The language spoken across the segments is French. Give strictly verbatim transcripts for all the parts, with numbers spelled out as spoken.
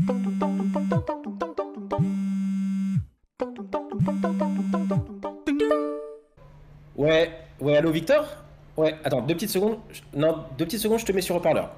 Ouais, ouais, allô Victor? Ouais, attends, deux petites secondes. Je- Non, deux petites secondes, je te mets sur haut-parleur.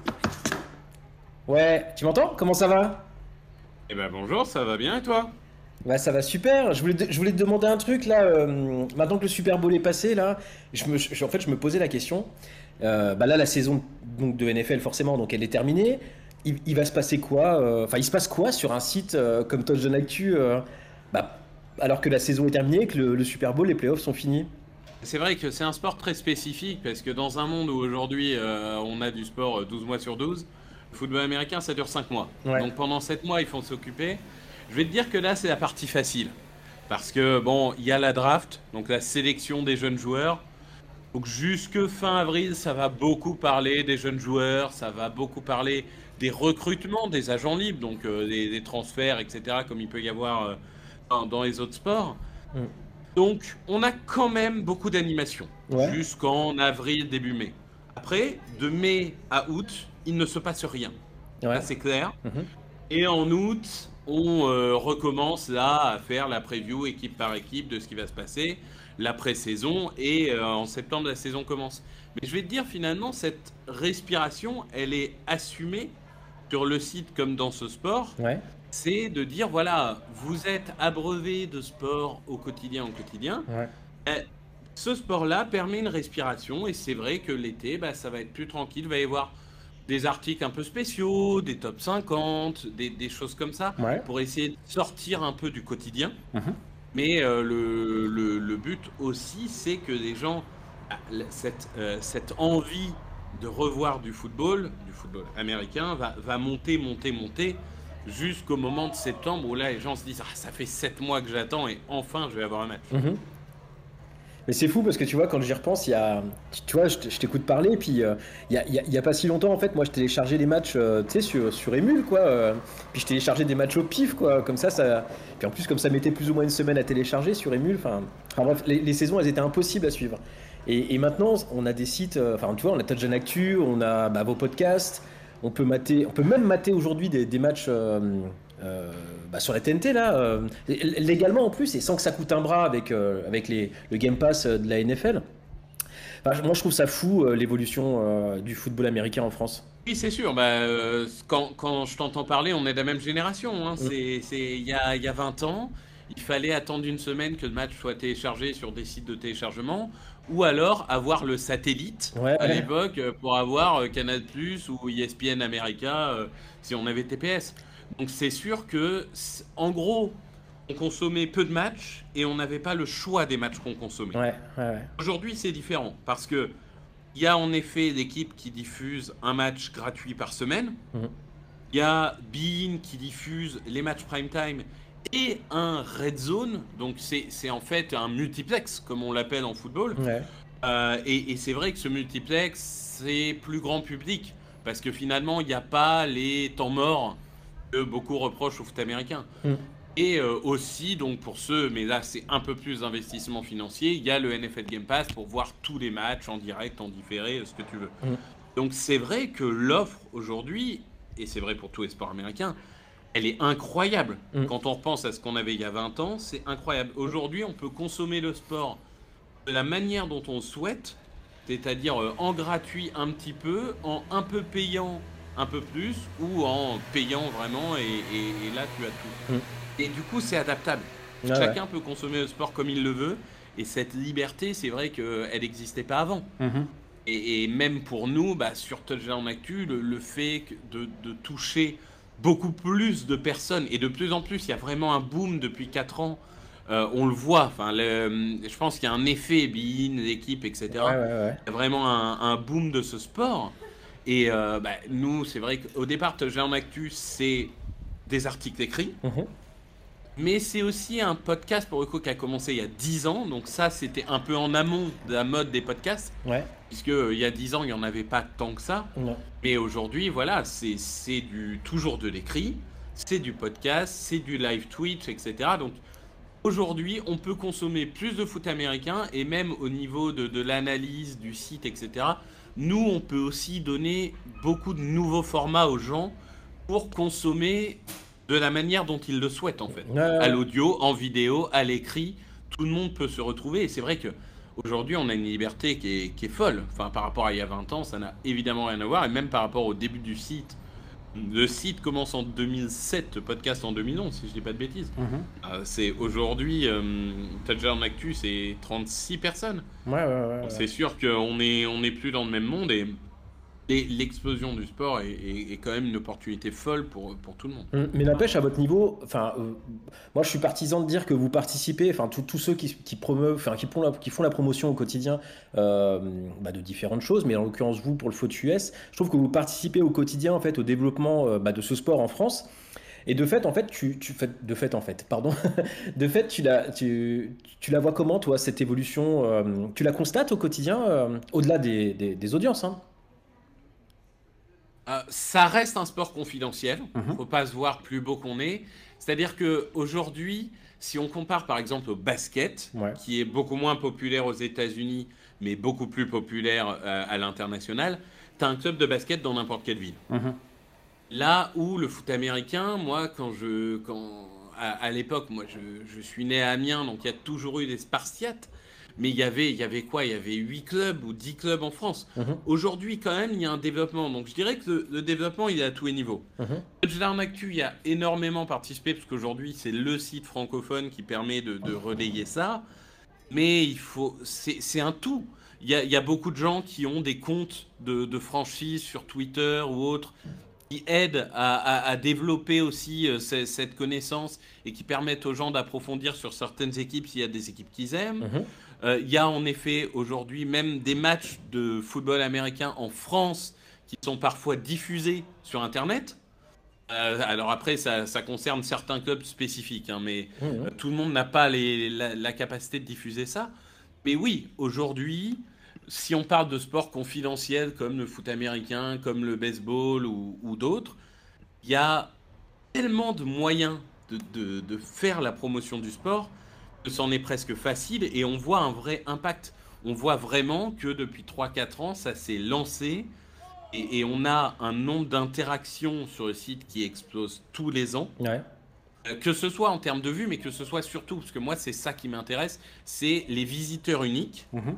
Ouais, tu m'entends? Comment ça va? Eh ben bonjour, ça va bien et toi? Bah ça va super. Je voulais, te- je voulais te demander un truc là. Euh, maintenant que le Super Bowl est passé là, je me, je- en fait je me posais la question. Euh, bah là la saison donc de N F L forcément donc elle est terminée. Il, il va se passer quoi? euh, Enfin il se passe quoi sur un site euh, comme Touchdown Actu euh, bah, alors que la saison est terminée, que le, le Super Bowl, les playoffs sont finis. C'est vrai que c'est un sport très spécifique parce que dans un monde où aujourd'hui euh, on a du sport euh, douze mois sur douze, le football américain ça dure cinq mois. Ouais. Donc pendant sept mois il faut s'occuper. Je vais te dire que là c'est la partie facile. Parce que bon, il y a la draft, donc la sélection des jeunes joueurs. Donc jusque fin avril ça va beaucoup parler des jeunes joueurs, ça va beaucoup parler des recrutements, des agents libres, donc euh, des, des transferts, et cetera comme il peut y avoir euh, dans, dans les autres sports. Mm. Donc, on a quand même beaucoup d'animation Ouais. jusqu'en avril, début mai. Après, de mai à août, il ne se passe rien. Ça, Ouais. c'est clair. Mhm. Et en août, on euh, recommence là à faire la preview équipe par équipe de ce qui va se passer, la pré-saison, et euh, en septembre, la saison commence. Mais je vais te dire, finalement, cette respiration, elle est assumée sur le site comme dans ce sport, Ouais. c'est de dire, voilà, vous êtes abreuvé de sport au quotidien, au quotidien. Ouais. Eh, ce sport-là permet une respiration et c'est vrai que l'été, bah, ça va être plus tranquille. Il va y avoir des articles un peu spéciaux, des top cinquante, des, des choses comme ça, Ouais. pour essayer de sortir un peu du quotidien. Mhm. Mais euh, le, le- le but aussi, c'est que les gens, ah, la- cette, euh, cette envie de revoir du football, du football américain, va, va monter, monter, monter, jusqu'au moment de septembre où là, les gens se disent, ah, ça fait sept mois que j'attends et enfin, je vais avoir un match. Mhm. Mais c'est fou parce que tu vois, quand j'y repense, il y a, tu tu vois, je t- je t'écoute parler, puis euh, il y a, il y a- il y a pas si longtemps, en fait, moi, je téléchargeais les matchs, euh, tu sais, sur, sur Emule, quoi. euh, puis je téléchargeais des matchs au pif, quoi. Comme ça, ça. Puis en plus, comme ça mettait plus ou moins une semaine à télécharger sur Emule, enfin. Enfin bref, les, les saisons, elles étaient impossibles à suivre. Et, et maintenant, on a des sites, euh, enfin, tu vois, on a Touchdown Actu, on a bah, vos podcasts, on peut mater, on peut même mater aujourd'hui des, des matchs. euh, euh, bah, sur la T N T là, euh, légalement en plus et sans que ça coûte un bras avec, euh, avec les, le Game Pass euh, de la N F L. Enfin, moi je trouve ça fou euh, l'évolution euh, du football américain en France. Oui, c'est sûr. Bah, euh, quand, quand je t'entends parler, on est de la même génération. Hein. Mm. C'est, c'est, il y a, il y a vingt ans, il fallait attendre une semaine que le match soit téléchargé sur des sites de téléchargement, ou alors avoir le satellite Ouais, à ouais. l'époque euh, pour avoir euh, Canal+ ou E S P N America euh, si on avait T P S. Donc c'est sûr que, c- en gros, on consommait peu de matchs et on n'avait pas le choix des matchs qu'on consommait. Ouais, ouais, ouais. Aujourd'hui, c'est différent parce que il y a en effet l'équipe qui diffuse un match gratuit par semaine. Mhm. Il y a Bein qui diffuse les matchs prime time et un red zone. Donc c'est c'est en fait un multiplex comme on l'appelle en football. Ouais. Euh, et et c'est vrai que ce multiplex c'est plus grand public parce que finalement il n'y a pas les temps morts que beaucoup reprochent au foot américain. Mm. Et euh, aussi, donc pour ceux, mais là c'est un peu plus d'investissement financier, il y a le N F L Game Pass pour voir tous les matchs en direct, en différé, ce que tu veux. Mm. Donc c'est vrai que l'offre aujourd'hui, et c'est vrai pour tous les sports américains, elle est incroyable. Mm. Quand on repense à ce qu'on avait il y a vingt ans, c'est incroyable. Aujourd'hui, on peut consommer le sport de la manière dont on le souhaite, c'est-à-dire euh, en gratuit un petit peu, en un peu payant un peu plus, ou en payant vraiment, et, et- et là tu as tout. Mm. Et du coup, c'est adaptable. Ouais, ouais. Chacun peut consommer le sport comme il le veut. Et cette liberté, c'est vrai qu'elle n'existait pas avant. Mhm. Et, et même pour nous, bah, sur Touchdown Actu, le, le fait que de, de toucher beaucoup plus de personnes, et de plus en plus, il y a vraiment un boom depuis quatre ans. Euh, on le voit. Enfin, le- je pense qu'il y a un effet Bein, l'équipe, Ouais, et cetera. ouais, ouais. Il y a vraiment un, un boom de ce sport. Et euh, bah, nous, c'est vrai qu'au départ, Touchdown Actu, c'est des articles écrits. Mhm. Mais c'est aussi un podcast pour le coup qui a commencé il y a dix ans. Donc ça, c'était un peu en amont de la mode des podcasts. Ouais. Puisque euh, il y a dix ans, il n'y en avait pas tant que ça. Non. Mais aujourd'hui, voilà, c'est c'est du toujours de l'écrit, c'est du podcast, c'est du live Twitch, et cetera. Donc aujourd'hui, on peut consommer plus de foot américain et même au niveau de, de l'analyse du site, et cetera. Nous, on peut aussi donner beaucoup de nouveaux formats aux gens pour consommer de la manière dont ils le souhaitent en fait. Ouais, ouais, À ouais. l'audio, en vidéo, à l'écrit, tout le monde peut se retrouver. Et c'est vrai que aujourd'hui, on a une liberté qui est, qui est folle. Enfin, par rapport à il y a vingt ans, ça n'a évidemment rien à voir. Et même par rapport au début du site. Le site commence en deux mille sept, le podcast en deux mille onze, si je dis pas de bêtises. Mhm. Euh, c'est aujourd'hui, euh, Touchdown Actu, c'est trente-six personnes. Ouais, ouais, ouais, Donc ouais. c'est sûr qu'on est, on est plus dans le même monde et, et l'explosion du sport est, est- est quand même une opportunité folle pour, pour tout le monde. Mm. Mais n'empêche, à votre niveau, enfin, euh, moi je suis partisan de dire que vous participez, enfin, tous tous ceux qui, qui promeuvent, enfin, qui font la, qui font la promotion au quotidien euh, bah, de différentes choses, mais en l'occurrence vous pour le foot U S, je trouve que vous participez au quotidien en fait au développement euh, bah, de ce sport en France. Et de fait, en fait, tu, tu fais, de fait, en fait, pardon, de fait, tu la, tu, tu la vois comment, toi, cette évolution, euh, tu la constates au quotidien, euh, au-delà des, des, des audiences, hein. Euh, ça reste un sport confidentiel. Mhm. Faut pas se voir plus beau qu'on est. C'est-à-dire que aujourd'hui, si on compare par exemple au basket, Ouais. qui est beaucoup moins populaire aux États-Unis, mais beaucoup plus populaire euh, à l'international, tu as un club de basket dans n'importe quelle ville. Mhm. Là où le foot américain, moi, quand je, quand, à, à l'époque, moi, je, je suis né à Amiens, donc il y a toujours eu des Spartiates. Mais il y avait, il y avait quoi? Il y avait huit clubs ou dix clubs en France. Mhm. Aujourd'hui, quand même, il y a un développement. Donc je dirais que le, le développement, il est à tous les niveaux. Mhm. Touchdown Actu, il y a énormément participé, parce qu'aujourd'hui, c'est le site francophone qui permet de, de relayer ça. Mais il faut, c'est, c'est un tout. Il y a, il y a beaucoup de gens qui ont des comptes de, de franchise sur Twitter ou autres qui aident à, à- à développer aussi euh, ce- cette connaissance et qui permettent aux gens d'approfondir sur certaines équipes s'il y a des équipes qu'ils aiment. Mhm. Euh, Il y a en effet aujourd'hui même des matchs de football américain en France qui sont parfois diffusés sur Internet. Euh, alors après, ça, ça concerne certains clubs spécifiques, hein, mais euh, Mhm. tout le monde n'a pas les- la, la capacité de diffuser ça. Mais oui, aujourd'hui, si on parle de sports confidentiels comme le foot américain, comme le baseball ou, ou d'autres, il y a tellement de moyens de, de- de faire la promotion du sport que c'en est presque facile et on voit un vrai impact. On voit vraiment que depuis trois quatre ans, ça s'est lancé et, et on a un nombre d'interactions sur le site qui explose tous les ans. Ouais. Euh, Que ce soit en termes de vues, mais que ce soit surtout, parce que moi c'est ça qui m'intéresse, c'est les visiteurs uniques Mhm.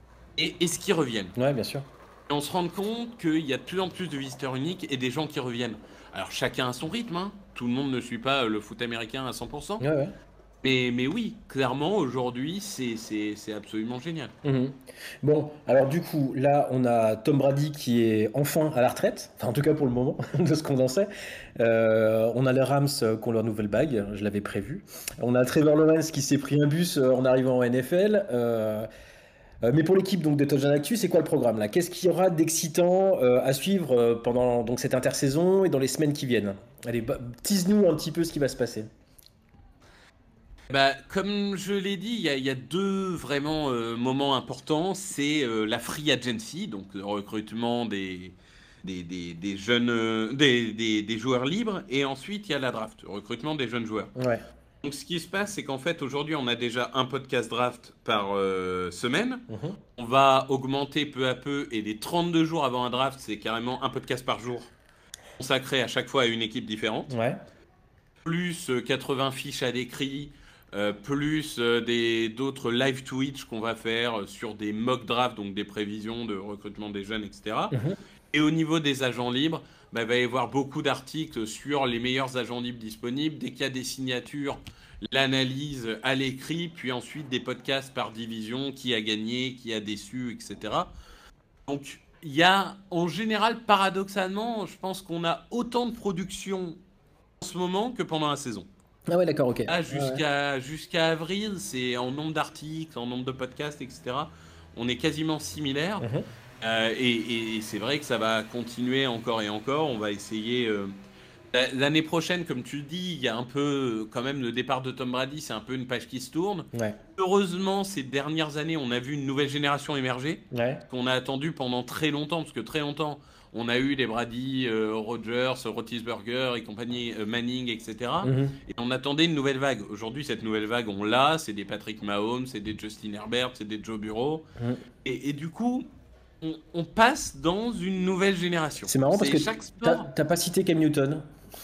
et est-ce qu'ils reviennent. Ouais, bien sûr. Et on se rend compte qu'il y a de plus en plus de visiteurs uniques et des gens qui reviennent. Alors chacun à son rythme, hein. Tout le monde ne suit pas euh, le foot américain à cent pour cent. Ouais, ouais. Mais, mais oui, clairement, aujourd'hui, c'est c'est- c'est absolument génial. Mhm. Bon, alors du coup, là, on a Tom Brady qui est enfin à la retraite, enfin en tout cas pour le moment, de ce qu'on en sait. Euh, on a les Rams euh, qui ont leur nouvelle bague, je l'avais prévu. On a Trevor Lawrence qui s'est pris un bus euh, en arrivant en N F L. Euh, euh, mais pour l'équipe donc de Touchdown Actu, c'est quoi le programme là? Qu'est-ce qu'il y aura d'excitant euh, à suivre euh, pendant donc cette intersaison et dans les semaines qui viennent? Allez, bah, tease-nous un petit peu ce qui va se passer. Bah, comme je l'ai dit, il y a, il y a deux vraiment euh, moments importants. C'est euh, la free agency, donc le recrutement des, des, des, des jeunes, euh, des, des, des joueurs libres. Et ensuite, il y a la draft, le recrutement des jeunes joueurs. Ouais. Donc, ce qui se passe, c'est qu'en fait, aujourd'hui, on a déjà un podcast draft par euh, semaine. Mhm. On va augmenter peu à peu. Et les trente-deux jours avant un draft, c'est carrément un podcast par jour, consacré à chaque fois à une équipe différente. Ouais. Plus euh, quatre-vingts fiches à l'écrit, euh, plus euh, des d'autres live Twitch qu'on va faire euh, sur des mock drafts, donc des prévisions de recrutement des jeunes, et cetera. Mhm. Et au niveau des agents libres, bah, il va y avoir beaucoup d'articles sur les meilleurs agents libres disponibles. Dès qu'il y a des signatures, l'analyse à l'écrit, puis ensuite des podcasts par division, qui a gagné, qui a déçu, et cetera. Donc, il y a, en général, paradoxalement, je pense qu'on a autant de production en ce moment que pendant la saison. Ah ouais, d'accord, ok. Là, Ouais, ouais. jusqu'à jusqu'à avril, c'est en nombre d'articles, en nombre de podcasts, et cetera. On est quasiment similaires. Mhm. Euh, et et c'est vrai que ça va continuer encore et encore. On va essayer. euh, la- L'année prochaine, comme tu le dis, il y a un peu, quand même, le départ de Tom Brady, c'est un peu une page qui se tourne. Ouais. Heureusement, ces dernières années, on a vu une nouvelle génération émerger, Ouais. qu'on a attendu pendant très longtemps, parce que très longtemps, on a eu les Brady, euh, Rodgers, Roethlisberger et compagnie, euh, Manning, et cetera. Mhm. Et on attendait une nouvelle vague. Aujourd'hui, cette nouvelle vague, on l'a. C'est des Patrick Mahomes, c'est des Justin Herbert, c'est des Joe Burrow. Mhm. Et, et du coup, on, on passe dans une nouvelle génération. C'est marrant parce C'est que chaque t'as sport. t'as pas cité Cam Newton.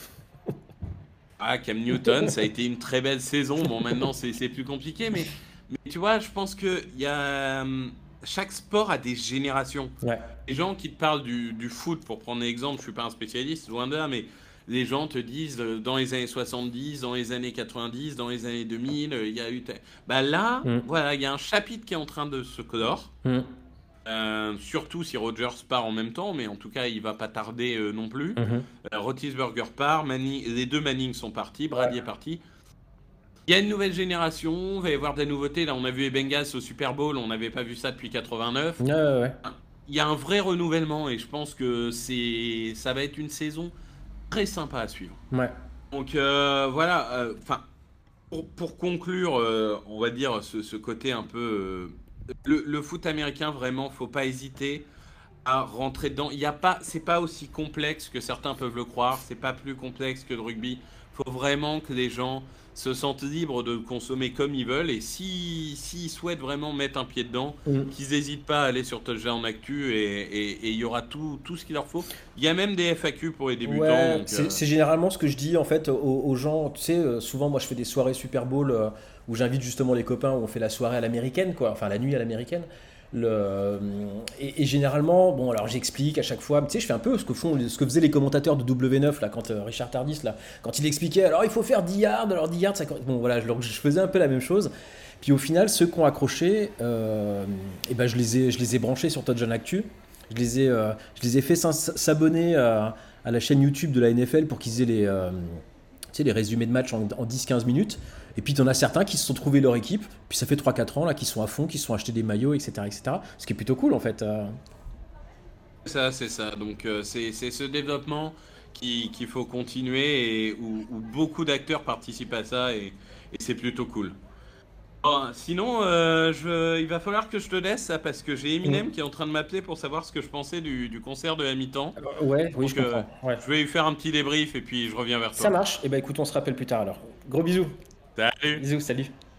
Ah, Cam Newton, ça a été une très belle saison. Bon, maintenant, c'est c'est plus compliqué, mais, mais tu vois, je pense que il y a, hum, chaque sport a des générations. Ouais. Les gens qui te parlent du, du foot, pour prendre un exemple, je suis pas un spécialiste, loin de là, mais les gens te disent euh, dans les années soixante-dix, dans les années quatre-vingt-dix, dans les années deux mille, euh, il y a eu. tel- Bah là, Mm. voilà, il y a un chapitre qui est en train de se clore. Mm. Euh, surtout si Rogers part en même temps, mais en tout cas, il va pas tarder euh, non plus. Mhm. Euh, Roethlisberger part, Manning- les deux Manning sont partis, Ouais. Brady est parti. Il y a une nouvelle génération, il va y avoir des nouveautés. Là, on a vu les Bengals au Super Bowl, on n'avait pas vu ça depuis quatre-vingt-neuf. Ouais, ouais, ouais. Il y a un vrai renouvellement et je pense que c'est, ça va être une saison très sympa à suivre. Ouais. Donc euh, voilà, euh, enfin pour, pour conclure, euh, on va dire ce, ce côté un peu euh, le, le foot américain vraiment, faut pas hésiter à rentrer dedans. Il y a pas, c'est pas aussi complexe que certains peuvent le croire. C'est pas plus complexe que le rugby. Faut vraiment que les gens se sentent libres de consommer comme ils veulent et si s'ils souhaitent vraiment mettre un pied dedans, Mm. qu'ils n'hésitent pas à aller sur Touchdown Actu et et- et il y aura tout, tout ce qu'il leur faut. Il y a même des F A Q pour les débutants. Ouais, Donc, c'est euh, c'est généralement ce que je dis en fait aux, aux gens. Tu sais, euh, souvent moi je fais des soirées Super Bowl euh, où j'invite justement les copains où on fait la soirée à l'américaine, quoi, enfin la nuit à l'américaine. Le, euh, et, et généralement, bon alors j'explique à chaque fois, tu sais, je fais un peu ce que font, ce que faisaient les commentateurs de W neuf là, quand euh, Richard Tardis là, quand il expliquait, alors il faut faire dix yards, alors dix yards, ça, bon voilà, je, leur- je faisais un peu la même chose. Puis au final, ceux qui ont accroché, euh, et ben je les ai, je les ai branchés sur Touchdown Actu. Je les ai, euh, je les ai fait s'in- s'abonner à, à la chaîne YouTube de la N F L pour qu'ils aient les, euh, tu sais, les résumés de match en, en dix quinze minutes. Et puis, tu en as certains qui se sont trouvés leur équipe. Puis, ça fait trois quatre ans là, qui sont à fond, qui se sont achetés des maillots, et cetera, et cetera. Ce qui est plutôt cool en fait. euh. ça, c'est ça. Donc euh, c'est c'est ce développement qui- qu'il faut continuer et où, où beaucoup d'acteurs participent à ça et, et c'est plutôt cool. Bon, sinon, euh, je, il va falloir que je te laisse ça, parce que j'ai Eminem Mm. qui est en train de m'appeler pour savoir ce que je pensais du, du concert de la mi-temps. Alors, ouais, oui, je Donc, euh, comprends. Ouais. je vais lui faire un petit débrief et puis je reviens vers Ça toi. marche. Et ben écoute, on se rappelle plus tard alors. Gros bisous. Salut! Bisous, salut.